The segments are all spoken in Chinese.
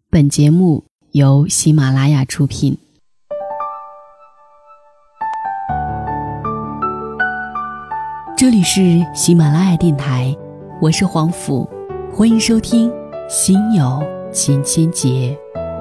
本节目由喜马拉雅出品。这里是喜马拉雅电台，我是黄甫，欢迎收听心有千千结。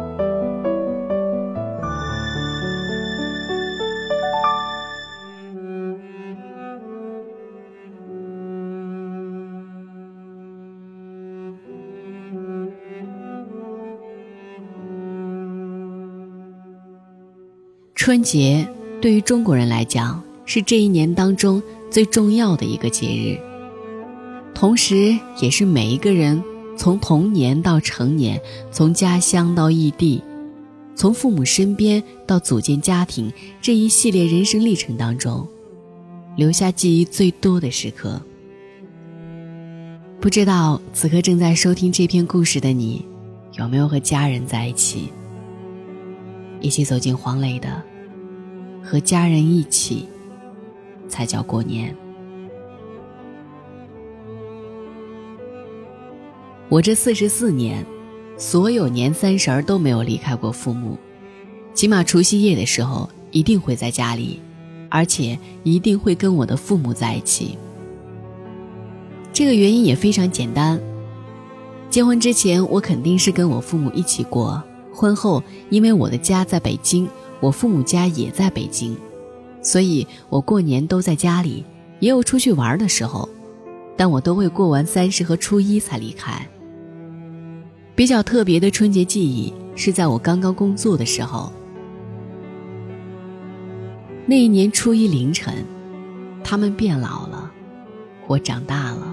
春节对于中国人来讲，是这一年当中最重要的一个节日，同时也是每一个人从童年到成年，从家乡到异地，从父母身边到组建家庭这一系列人生历程当中留下记忆最多的时刻。不知道此刻正在收听这篇故事的你，有没有和家人在一起，一起走进黄磊的和家人一起才叫过年。我这44年，所有年30都没有离开过父母，起码除夕夜的时候一定会在家里，而且一定会跟我的父母在一起。这个原因也非常简单，结婚之前我肯定是跟我父母一起过，婚后因为我的家在北京，我父母家也在北京，所以我过年都在家里，也有出去玩的时候，但我都会过完30和初一才离开。比较特别的春节记忆是在我刚刚工作的时候，那一年初一凌晨，他们变老了，我长大了。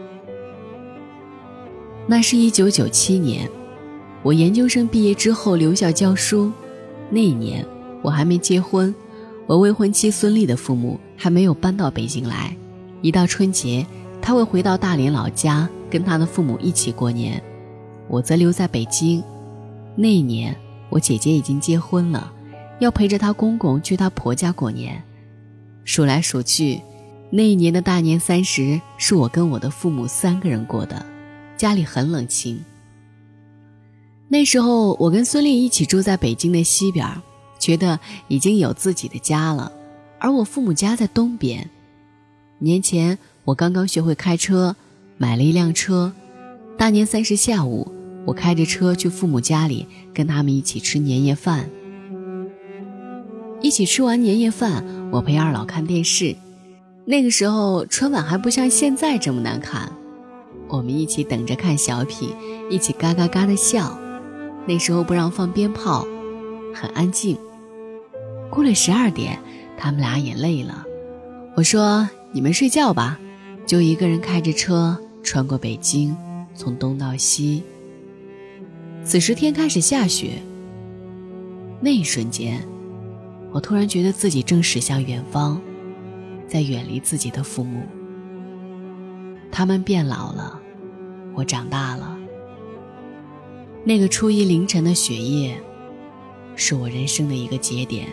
那是1997年，我研究生毕业之后留校教书，那一年我还没结婚，我未婚妻孙俪的父母还没有搬到北京来，一到春节他会回到大连老家跟他的父母一起过年，我则留在北京。那一年我姐姐已经结婚了，要陪着她公公去她婆家过年。数来数去，那一年的大年30是我跟我的父母3个人过的，家里很冷清。那时候我跟孙俪一起住在北京的西边，觉得已经有自己的家了，而我父母家在东边。年前我刚刚学会开车，买了一辆车，大年30下午我开着车去父母家里跟他们一起吃年夜饭。一起吃完年夜饭，我陪二老看电视，那个时候春晚还不像现在这么难看，我们一起等着看小品，一起嘎嘎嘎的笑。那时候不让放鞭炮，很安静。过了12点，他们俩也累了，我说你们睡觉吧，就一个人开着车穿过北京，从东到西。此时天开始下雪，那一瞬间我突然觉得自己正驶向远方，在远离自己的父母。他们变老了，我长大了。那个初一凌晨的雪夜是我人生的一个节点，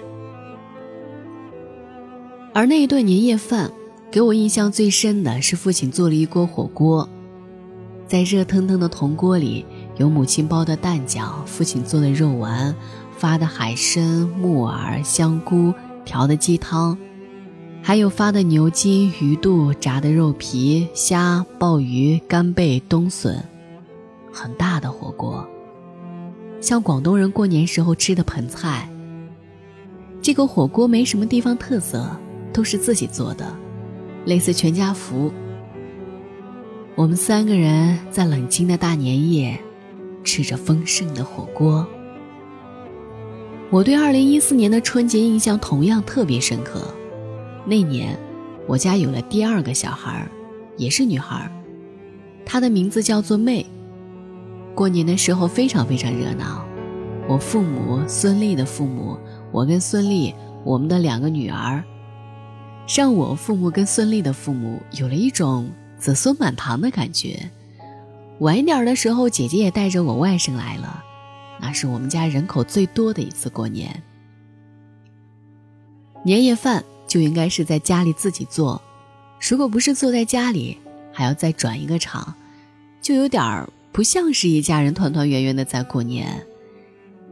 而那一顿年夜饭给我印象最深的是父亲做了一锅火锅，在热腾腾的铜锅里有母亲包的蛋饺，父亲做的肉丸，发的海参、木耳、香菇，调的鸡汤，还有发的牛筋、鱼肚，炸的肉皮、虾、鲍鱼、干贝、冬笋，很大的火锅，像广东人过年时候吃的盆菜。这个火锅没什么地方特色，都是自己做的，类似全家福。我们3个人在冷清的大年夜吃着丰盛的火锅。我对2014年的春节印象同样特别深刻。那年我家有了第2个小孩，也是女孩，她的名字叫做妹。过年的时候非常非常热闹，我父母、孙俪的父母，我跟孙俪，我们的2个女儿，让我父母跟孙俪的父母有了一种子孙满堂的感觉。晚一点的时候，姐姐也带着我外甥来了，那是我们家人口最多的一次过年。年夜饭就应该是在家里自己做，如果不是坐在家里，还要再转一个场，就有点不像是一家人团团圆圆的在过年。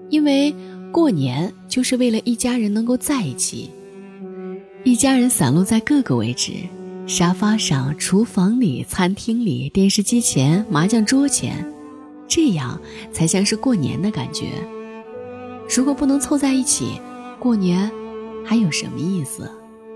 因为过年就是为了一家人能够在一起。一家人散落在各个位置，沙发上、厨房里、餐厅里、电视机前、麻将桌前，这样才像是过年的感觉。如果不能凑在一起，过年还有什么意思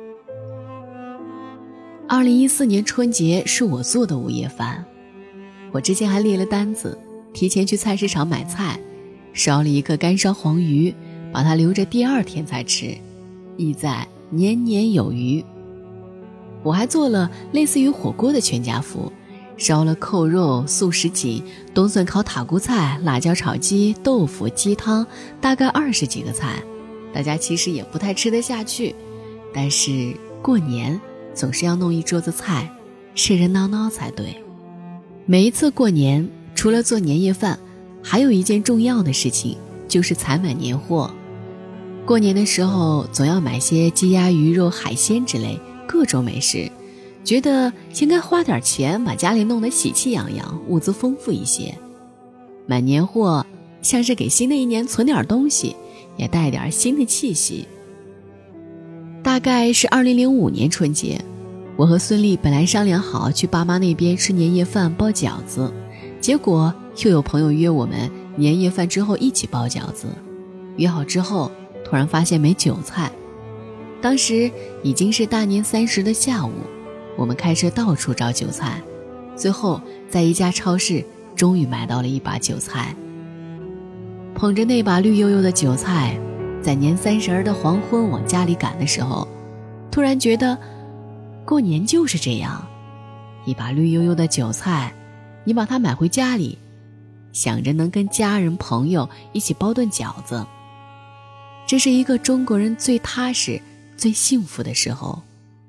？2014年春节是我做的午夜饭，我之前还列了单子，提前去菜市场买菜，烧了一个干烧黄鱼，把它留着第2天才吃，意在年年有余。我还做了类似于火锅的全家福，烧了扣肉、素什锦、冬笋烤塔菇菜、辣椒炒鸡、豆腐、鸡汤，大概20几个菜。大家其实也不太吃得下去，但是过年总是要弄一桌子菜，热热闹闹才对。每一次过年，除了做年夜饭，还有一件重要的事情，就是采买年货。过年的时候总要买些鸡鸭鱼肉海鲜之类各种美食，觉得应该花点钱把家里弄得喜气洋洋，物资丰富一些。买年货像是给新的一年存点东西，也带点新的气息。大概是2005年春节，我和孙俪本来商量好去爸妈那边吃年夜饭包饺子，结果又有朋友约我们年夜饭之后一起包饺子。约好之后突然发现没韭菜，当时已经是大年30的下午，我们开车到处找韭菜，最后在一家超市终于买到了一把韭菜。捧着那把绿油油的韭菜，在年30的黄昏往家里赶的时候，突然觉得过年就是这样，一把绿油油的韭菜，你把它买回家里，想着能跟家人朋友一起包顿饺子，这是一个中国人最踏实最幸福的时候。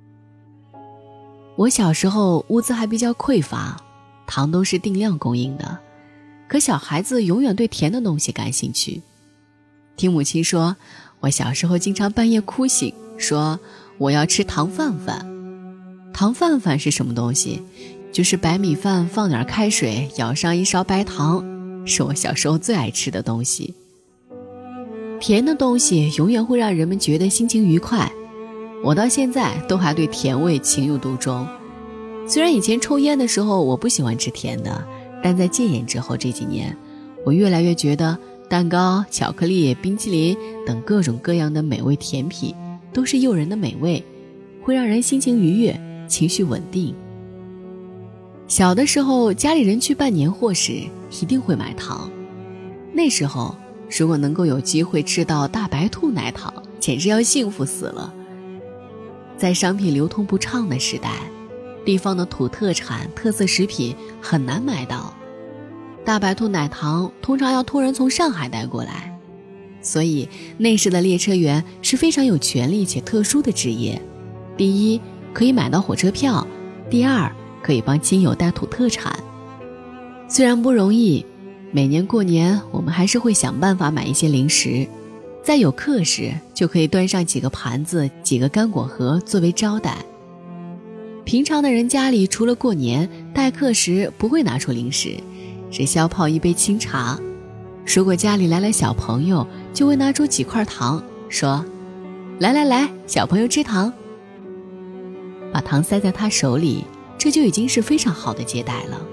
我小时候物资还比较匮乏，糖都是定量供应的，可小孩子永远对甜的东西感兴趣。听母亲说，我小时候经常半夜哭醒，说我要吃糖饭饭。糖饭饭是什么东西？就是白米饭放点开水，舀上一勺白糖，是我小时候最爱吃的东西。甜的东西永远会让人们觉得心情愉快，我到现在都还对甜味情有独钟。虽然以前抽烟的时候我不喜欢吃甜的，但在戒烟之后这几年，我越来越觉得蛋糕、巧克力、冰淇淋等各种各样的美味甜品都是诱人的美味，会让人心情愉悦，情绪稳定。小的时候家里人去办年货时一定会买糖，那时候如果能够有机会吃到大白兔奶糖，简直要幸福死了。在商品流通不畅的时代，地方的土特产、特色食品很难买到，大白兔奶糖通常要托人从上海带过来，所以那时的列车员是非常有权利且特殊的职业。第一，可以买到火车票；第二，可以帮亲友带土特产。虽然不容易，每年过年我们还是会想办法买一些零食，在有客时就可以端上几个盘子、几个干果盒作为招待。平常的人家里除了过年待客时不会拿出零食，只消泡一杯清茶。如果家里来了小朋友，就会拿出几块糖，说来来来，小朋友吃糖，把糖塞在他手里，这就已经是非常好的接待了。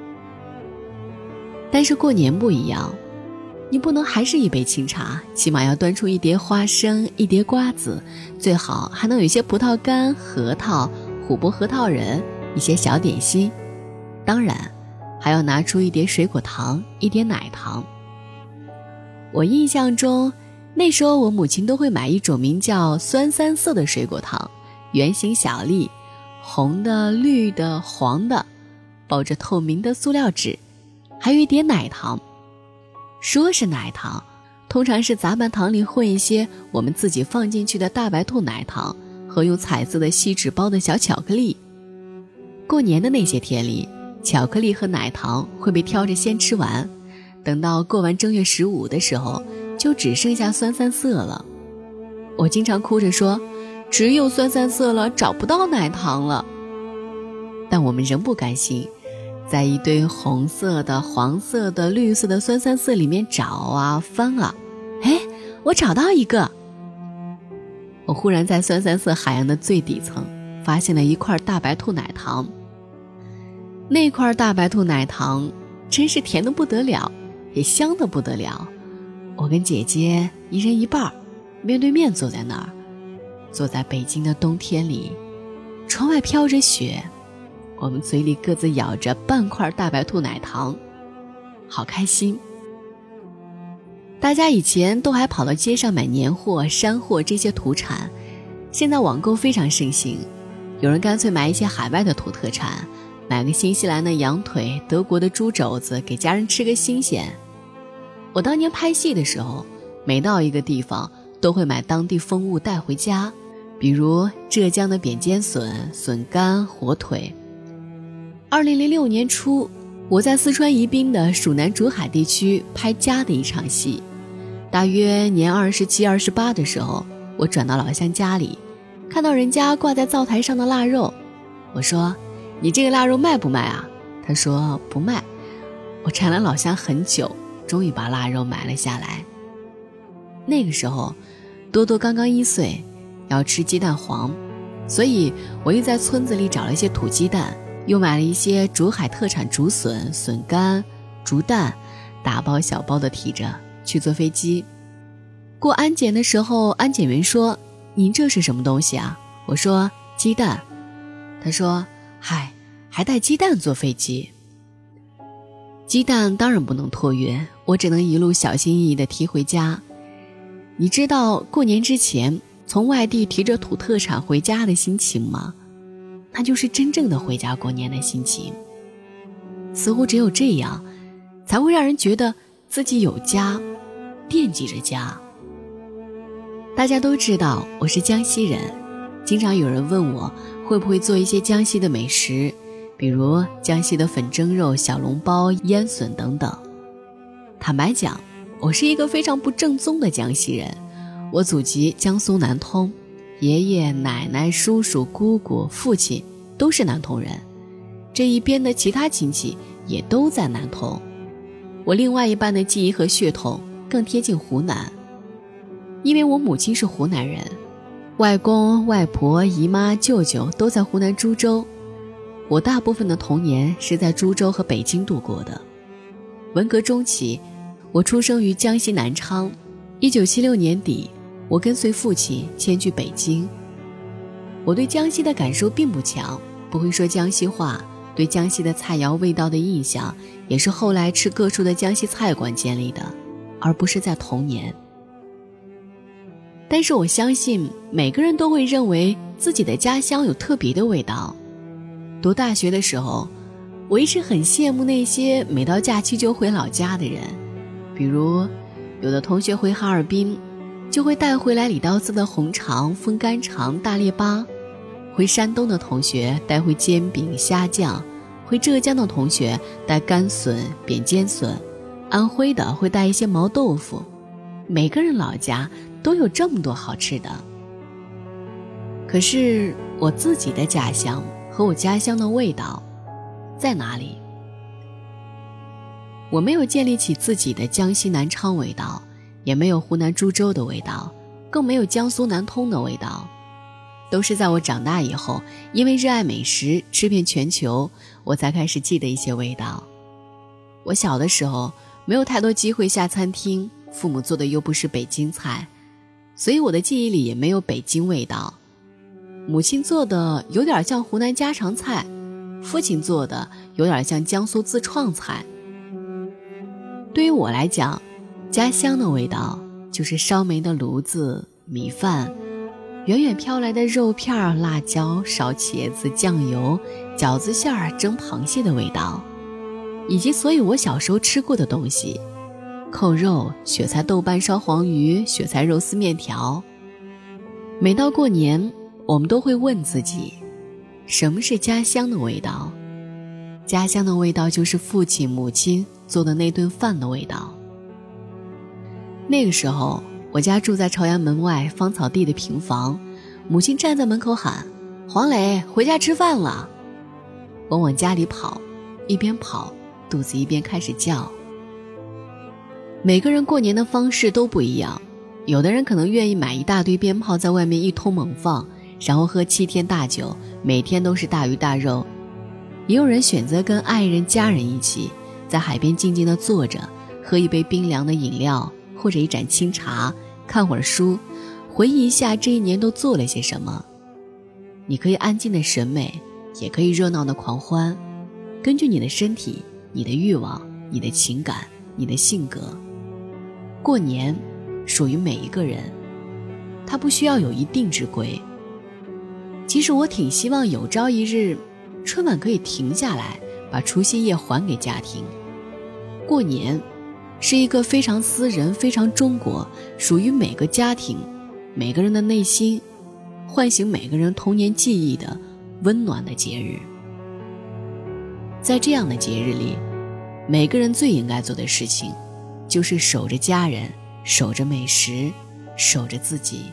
但是过年不一样，你不能还是一杯清茶，起码要端出一碟花生、一碟瓜子，最好还能有一些葡萄干、核桃、琥珀核桃仁，一些小点心，当然还要拿出一碟水果糖、一碟奶糖。我印象中那时候我母亲都会买一种名叫酸三色的水果糖，圆形小粒，红的、绿的、黄的，包着透明的塑料纸，还有一碟奶糖。说是奶糖，通常是杂拌糖里混一些我们自己放进去的大白兔奶糖和用彩色的锡纸包的小巧克力。过年的那些天里，巧克力和奶糖会被挑着先吃完，等到过完正月15的时候，就只剩下酸三色了。我经常哭着说，只有酸三色了，找不到奶糖了。但我们仍不甘心，在一堆红色的、黄色的、绿色的酸三色里面找啊翻啊， 我找到一个。我忽然在酸酸涩海洋的最底层发现了一块大白兔奶糖。那块大白兔奶糖真是甜得不得了，也香得不得了。我跟姐姐一人一半，面对面坐在那儿，坐在北京的冬天里，窗外飘着雪，我们嘴里各自咬着半块大白兔奶糖，好开心。大家以前都还跑到街上买年货、山货这些土产，现在网购非常盛行，有人干脆买一些海外的土特产，买个新西兰的羊腿、德国的猪肘子，给家人吃个新鲜。我当年拍戏的时候，每到一个地方都会买当地风物带回家，比如浙江的扁尖笋、笋干、火腿。2006年初，我在四川宜宾的蜀南竹海地区拍家的一场戏，大约年27、28的时候，我转到老乡家里，看到人家挂在灶台上的腊肉，我说：“你这个腊肉卖不卖啊？”他说：“不卖。”我馋了老乡很久，终于把腊肉买了下来。那个时候，多多刚刚1岁，要吃鸡蛋黄，所以我又在村子里找了一些土鸡蛋，又买了一些竹海特产竹笋、笋干、竹蛋，大包小包的提着去坐飞机。过安检的时候，安检员说：“您这是什么东西啊？”我说：“鸡蛋。”他说：“嗨，还带鸡蛋坐飞机？”鸡蛋当然不能托运，我只能一路小心翼翼地提回家。你知道过年之前从外地提着土特产回家的心情吗？那就是真正的回家过年的心情。似乎只有这样，才会让人觉得自己有家，惦记着家。大家都知道我是江西人，经常有人问我会不会做一些江西的美食，比如江西的粉蒸肉、小笼包、腌笋等等。坦白讲，我是一个非常不正宗的江西人，我祖籍江苏南通，爷爷、奶奶、叔叔、姑姑、父亲都是南通人，这一边的其他亲戚也都在南通。我另外一半的记忆和血统更贴近湖南，因为我母亲是湖南人，外公、外婆、姨妈、舅舅都在湖南株洲。我大部分的童年是在株洲和北京度过的。文革中期，我出生于江西南昌。1976年底，我跟随父亲迁居北京。我对江西的感受并不强，不会说江西话，对江西的菜肴味道的印象也是后来吃各处的江西菜馆建立的，而不是在童年。但是我相信每个人都会认为自己的家乡有特别的味道。读大学的时候，我一直很羡慕那些每到假期就回老家的人，比如有的同学回哈尔滨就会带回来李刀丝的红肠、风干肠、大列巴，回山东的同学带回煎饼、虾酱，回浙江的同学带干笋、扁尖笋，安徽的会带一些毛豆腐。每个人老家都有这么多好吃的。可是我自己的家乡和我家乡的味道在哪里？我没有建立起自己的江西南昌味道，也没有湖南株洲的味道，更没有江苏南通的味道，都是在我长大以后，因为热爱美食，吃遍全球，我才开始记得一些味道。我小的时候没有太多机会下餐厅，父母做的又不是北京菜，所以我的记忆里也没有北京味道。母亲做的有点像湖南家常菜，父亲做的有点像江苏自创菜。对于我来讲，家乡的味道就是烧煤的炉子、米饭，远远飘来的肉片、辣椒、烧茄子、酱油、饺子馅儿、蒸螃蟹的味道，以及所有我小时候吃过的东西，扣肉、雪菜豆瓣烧黄鱼、雪菜肉丝面条。每到过年，我们都会问自己，什么是家乡的味道？家乡的味道就是父亲、母亲做的那顿饭的味道。那个时候，我家住在朝阳门外芳草地的平房，母亲站在门口喊：“黄磊，回家吃饭了。”我往家里跑，一边跑，肚子一边开始叫。每个人过年的方式都不一样， 有的人可能愿意买一大堆鞭炮在外面一通猛放，然后喝7天大酒，每天都是大鱼大肉。也有人选择跟爱人家人一起在海边静静地坐着，喝一杯冰凉的饮料或者一盏清茶，看会儿书，回忆一下这一年都做了些什么。你可以安静的审美，也可以热闹的狂欢，根据你的身体、你的欲望、你的情感、你的性格。过年属于每一个人，它不需要有一定之规。其实我挺希望有朝一日春晚可以停下来，把除夕夜还给家庭。过年是一个非常私人、非常中国，属于每个家庭、每个人的内心，唤醒每个人童年记忆的温暖的节日。在这样的节日里，每个人最应该做的事情就是守着家人，守着美食，守着自己。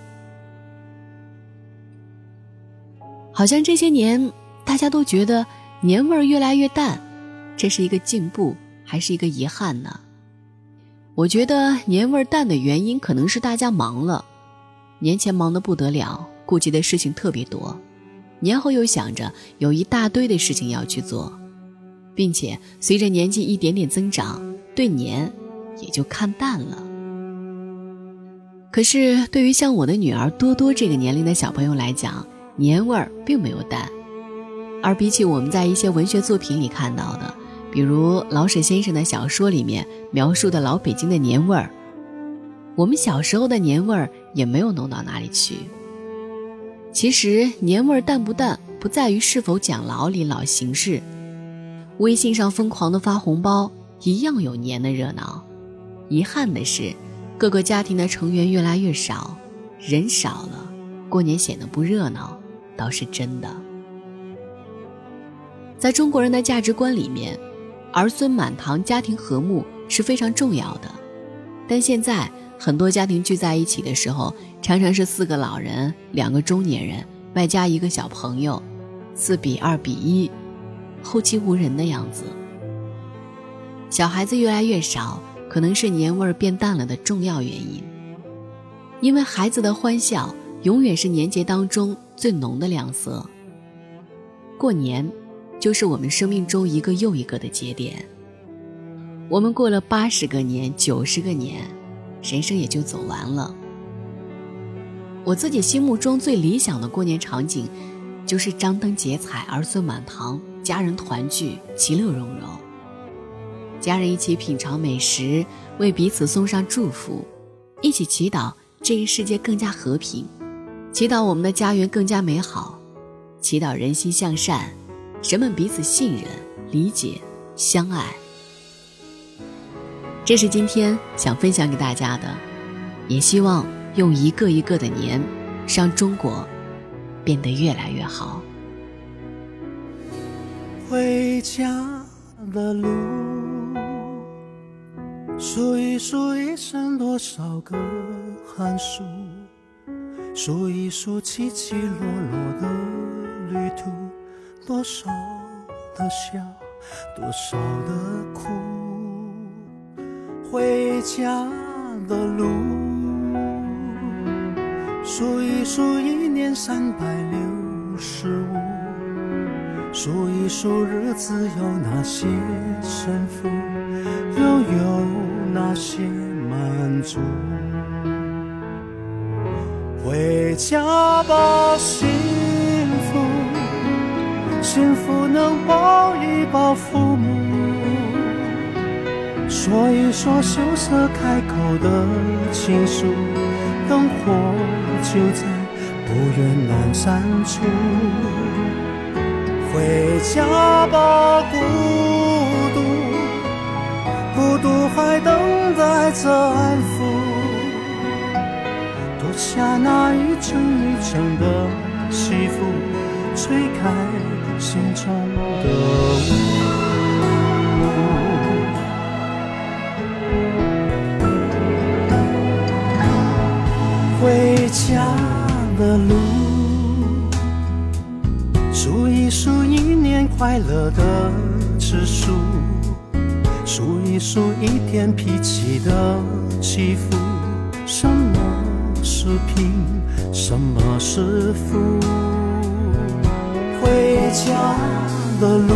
好像这些年大家都觉得年味儿越来越淡，这是一个进步还是一个遗憾呢？我觉得年味儿淡的原因可能是大家忙了，年前忙得不得了，顾及的事情特别多，年后又想着有一大堆的事情要去做，并且随着年纪一点点增长，对年也就看淡了。可是对于像我的女儿多多这个年龄的小朋友来讲，年味儿并没有淡。而比起我们在一些文学作品里看到的，比如老舍先生的小说里面描述的老北京的年味儿，我们小时候的年味儿也没有浓到哪里去。其实年味儿淡不淡，不在于是否讲老理老形式，微信上疯狂的发红包一样有年的热闹。遗憾的是，各个家庭的成员越来越少，人少了，过年显得不热闹，倒是真的。在中国人的价值观里面，儿孙满堂、家庭和睦是非常重要的。但现在很多家庭聚在一起的时候，常常是4个老人、2个中年人，外加1个小朋友，4比2比1，后继无人的样子。小孩子越来越少，可能是年味儿变淡了的重要原因。因为孩子的欢笑永远是年节当中最浓的亮色。过年就是我们生命中一个又一个的节点，我们过了80个年、90个年，人生也就走完了。我自己心目中最理想的过年场景，就是张灯结彩、儿孙满堂、家人团聚、其乐融融，家人一起品尝美食，为彼此送上祝福，一起祈祷这个世界更加和平，祈祷我们的家园更加美好，祈祷人心向善，人们彼此信任、理解、相爱。这是今天想分享给大家的，也希望用一个一个的年，让中国变得越来越好。 回家的路，数一数一生多少个寒暑，数一数起起落落的旅途，多少的笑，多少的苦。回家的路，数一数1年365，数一数日子有哪些胜负，又有哪些满足。回家吧，幸福，幸福能抱一抱父母，说一说羞涩开口的情书，灯火就在不远阑珊处。回家吧，孤独，孤独还等待着安抚，脱下那一层一层的西服，吹开心中的雾。回家的路，数一数1年快乐的次数，数一数1天脾气的起伏，什么贫，什么是富？回家的路，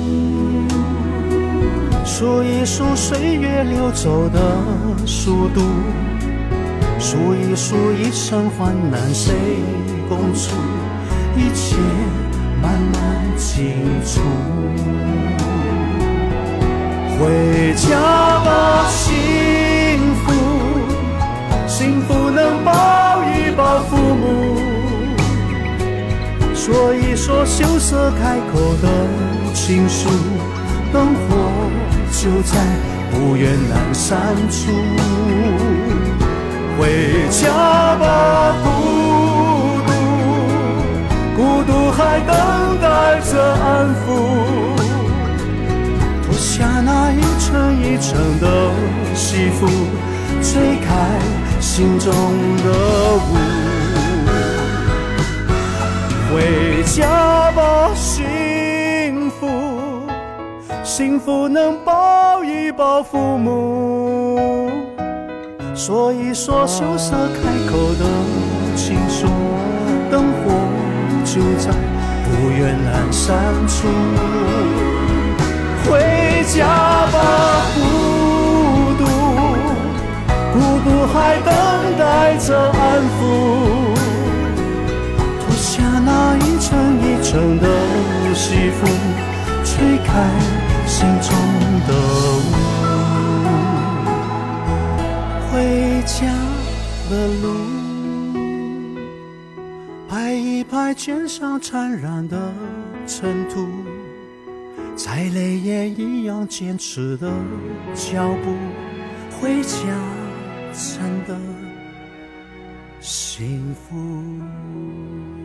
数一数岁月流走的速度，数一数一生患难谁共处，一切慢慢清楚。回家吧，幸福，幸福能抱一抱父母，说一说羞涩开口的情书，灯火就在不远阑珊处。回家吧，孤独，孤独还等待着安抚，脱下那一层一层的西服，吹开心中的雾。回家吧，幸福，幸福能抱一抱父母，说一说羞涩开口的情书，灯火就在不远阑珊处。回家吧，孤独，孤独还等待着安抚，脱下那一层一层的西服，吹开心中的雾。回家的路，拍一拍肩上缠染的尘土，在泪眼一样坚持的脚步，回家真的幸福。